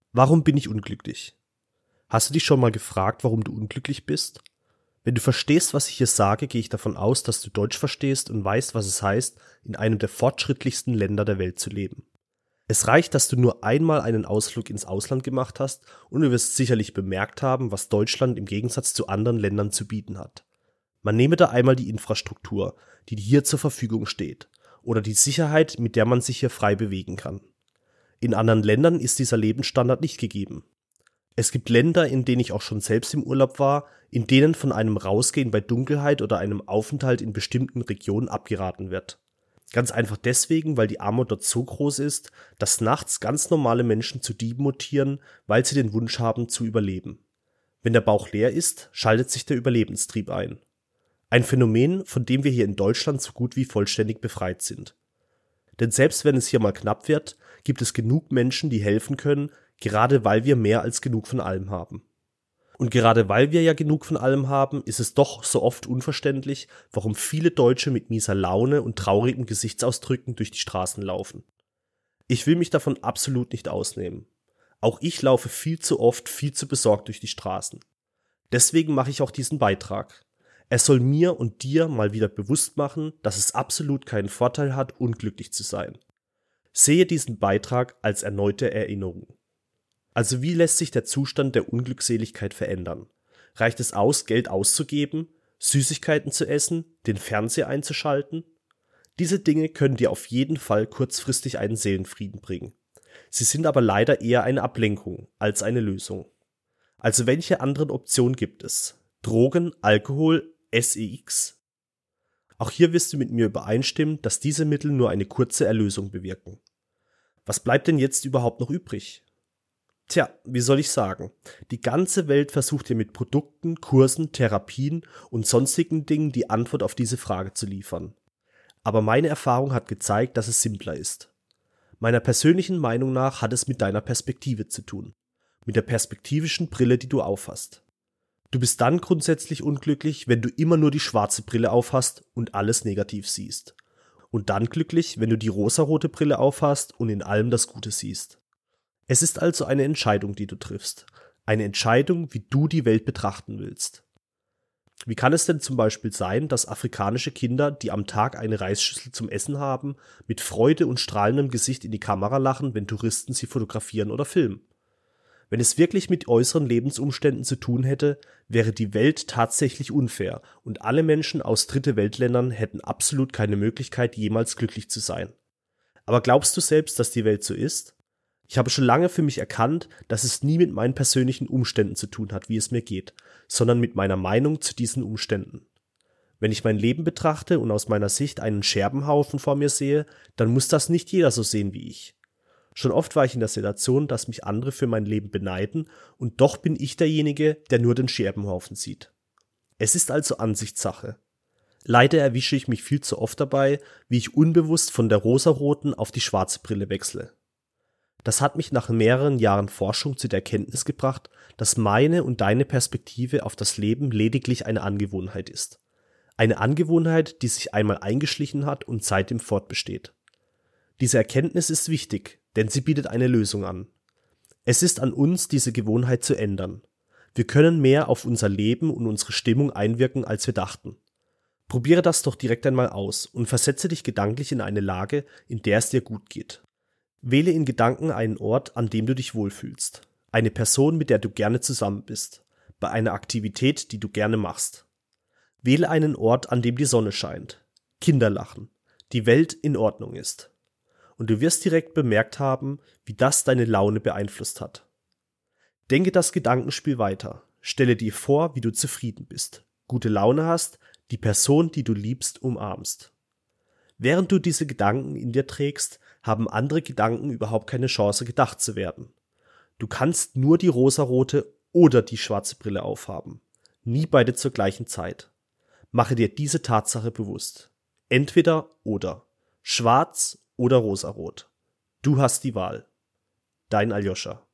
Warum bin ich unglücklich? Hast du dich schon mal gefragt, warum du unglücklich bist? Wenn du verstehst, was ich hier sage, gehe ich davon aus, dass du Deutsch verstehst und weißt, was es heißt, in einem der fortschrittlichsten Länder der Welt zu leben. Es reicht, dass du nur einmal einen Ausflug ins Ausland gemacht hast und du wirst sicherlich bemerkt haben, was Deutschland im Gegensatz zu anderen Ländern zu bieten hat. Man nehme da einmal die Infrastruktur, die dir hier zur Verfügung steht, oder die Sicherheit, mit der man sich hier frei bewegen kann. In anderen Ländern ist dieser Lebensstandard nicht gegeben. Es gibt Länder, in denen ich auch schon selbst im Urlaub war, in denen von einem Rausgehen bei Dunkelheit oder einem Aufenthalt in bestimmten Regionen abgeraten wird. Ganz einfach deswegen, weil die Armut dort so groß ist, dass nachts ganz normale Menschen zu Dieben mutieren, weil sie den Wunsch haben zu überleben. Wenn der Bauch leer ist, schaltet sich der Überlebenstrieb ein. Ein Phänomen, von dem wir hier in Deutschland so gut wie vollständig befreit sind. Denn selbst wenn es hier mal knapp wird, gibt es genug Menschen, die helfen können, gerade weil wir mehr als genug von allem haben. Und gerade weil wir ja genug von allem haben, ist es doch so oft unverständlich, warum viele Deutsche mit mieser Laune und traurigen Gesichtsausdrücken durch die Straßen laufen. Ich will mich davon absolut nicht ausnehmen. Auch ich laufe viel zu oft, viel zu besorgt durch die Straßen. Deswegen mache ich auch diesen Beitrag. Er soll mir und dir mal wieder bewusst machen, dass es absolut keinen Vorteil hat, unglücklich zu sein. Sehe diesen Beitrag als erneute Erinnerung. Also wie lässt sich der Zustand der Unglückseligkeit verändern? Reicht es aus, Geld auszugeben, Süßigkeiten zu essen, den Fernseher einzuschalten? Diese Dinge können dir auf jeden Fall kurzfristig einen Seelenfrieden bringen. Sie sind aber leider eher eine Ablenkung als eine Lösung. Also welche anderen Optionen gibt es? Drogen, Alkohol, SEX? Auch hier wirst du mit mir übereinstimmen, dass diese Mittel nur eine kurze Erlösung bewirken. Was bleibt denn jetzt überhaupt noch übrig? Tja, wie soll ich sagen? Die ganze Welt versucht dir mit Produkten, Kursen, Therapien und sonstigen Dingen die Antwort auf diese Frage zu liefern. Aber meine Erfahrung hat gezeigt, dass es simpler ist. Meiner persönlichen Meinung nach hat es mit deiner Perspektive zu tun. Mit der perspektivischen Brille, die du aufhast. Du bist dann grundsätzlich unglücklich, wenn du immer nur die schwarze Brille aufhast und alles negativ siehst. Und dann glücklich, wenn du die rosarote Brille aufhast und in allem das Gute siehst. Es ist also eine Entscheidung, die du triffst. Eine Entscheidung, wie du die Welt betrachten willst. Wie kann es denn zum Beispiel sein, dass afrikanische Kinder, die am Tag eine Reisschüssel zum Essen haben, mit Freude und strahlendem Gesicht in die Kamera lachen, wenn Touristen sie fotografieren oder filmen? Wenn es wirklich mit äußeren Lebensumständen zu tun hätte, wäre die Welt tatsächlich unfair und alle Menschen aus Dritte-Welt-Ländern hätten absolut keine Möglichkeit, jemals glücklich zu sein. Aber glaubst du selbst, dass die Welt so ist? Ich habe schon lange für mich erkannt, dass es nie mit meinen persönlichen Umständen zu tun hat, wie es mir geht, sondern mit meiner Meinung zu diesen Umständen. Wenn ich mein Leben betrachte und aus meiner Sicht einen Scherbenhaufen vor mir sehe, dann muss das nicht jeder so sehen wie ich. Schon oft war ich in der Situation, dass mich andere für mein Leben beneiden und doch bin ich derjenige, der nur den Scherbenhaufen sieht. Es ist also Ansichtssache. Leider erwische ich mich viel zu oft dabei, wie ich unbewusst von der rosaroten auf die schwarze Brille wechsle. Das hat mich nach mehreren Jahren Forschung zu der Erkenntnis gebracht, dass meine und deine Perspektive auf das Leben lediglich eine Angewohnheit ist. Eine Angewohnheit, die sich einmal eingeschlichen hat und seitdem fortbesteht. Diese Erkenntnis ist wichtig, denn sie bietet eine Lösung an. Es ist an uns, diese Gewohnheit zu ändern. Wir können mehr auf unser Leben und unsere Stimmung einwirken, als wir dachten. Probiere das doch direkt einmal aus und versetze dich gedanklich in eine Lage, in der es dir gut geht. Wähle in Gedanken einen Ort, an dem du dich wohlfühlst. Eine Person, mit der du gerne zusammen bist. Bei einer Aktivität, die du gerne machst. Wähle einen Ort, an dem die Sonne scheint. Kinder lachen. Die Welt in Ordnung ist. Und du wirst direkt bemerkt haben, wie das deine Laune beeinflusst hat. Denke das Gedankenspiel weiter. Stelle dir vor, wie du zufrieden bist, gute Laune hast, die Person, die du liebst, umarmst. Während du diese Gedanken in dir trägst, haben andere Gedanken überhaupt keine Chance, gedacht zu werden. Du kannst nur die rosarote oder die schwarze Brille aufhaben. Nie beide zur gleichen Zeit. Mache dir diese Tatsache bewusst. Entweder oder. Schwarz oder rosarot. Du hast die Wahl. Dein Aljoscha.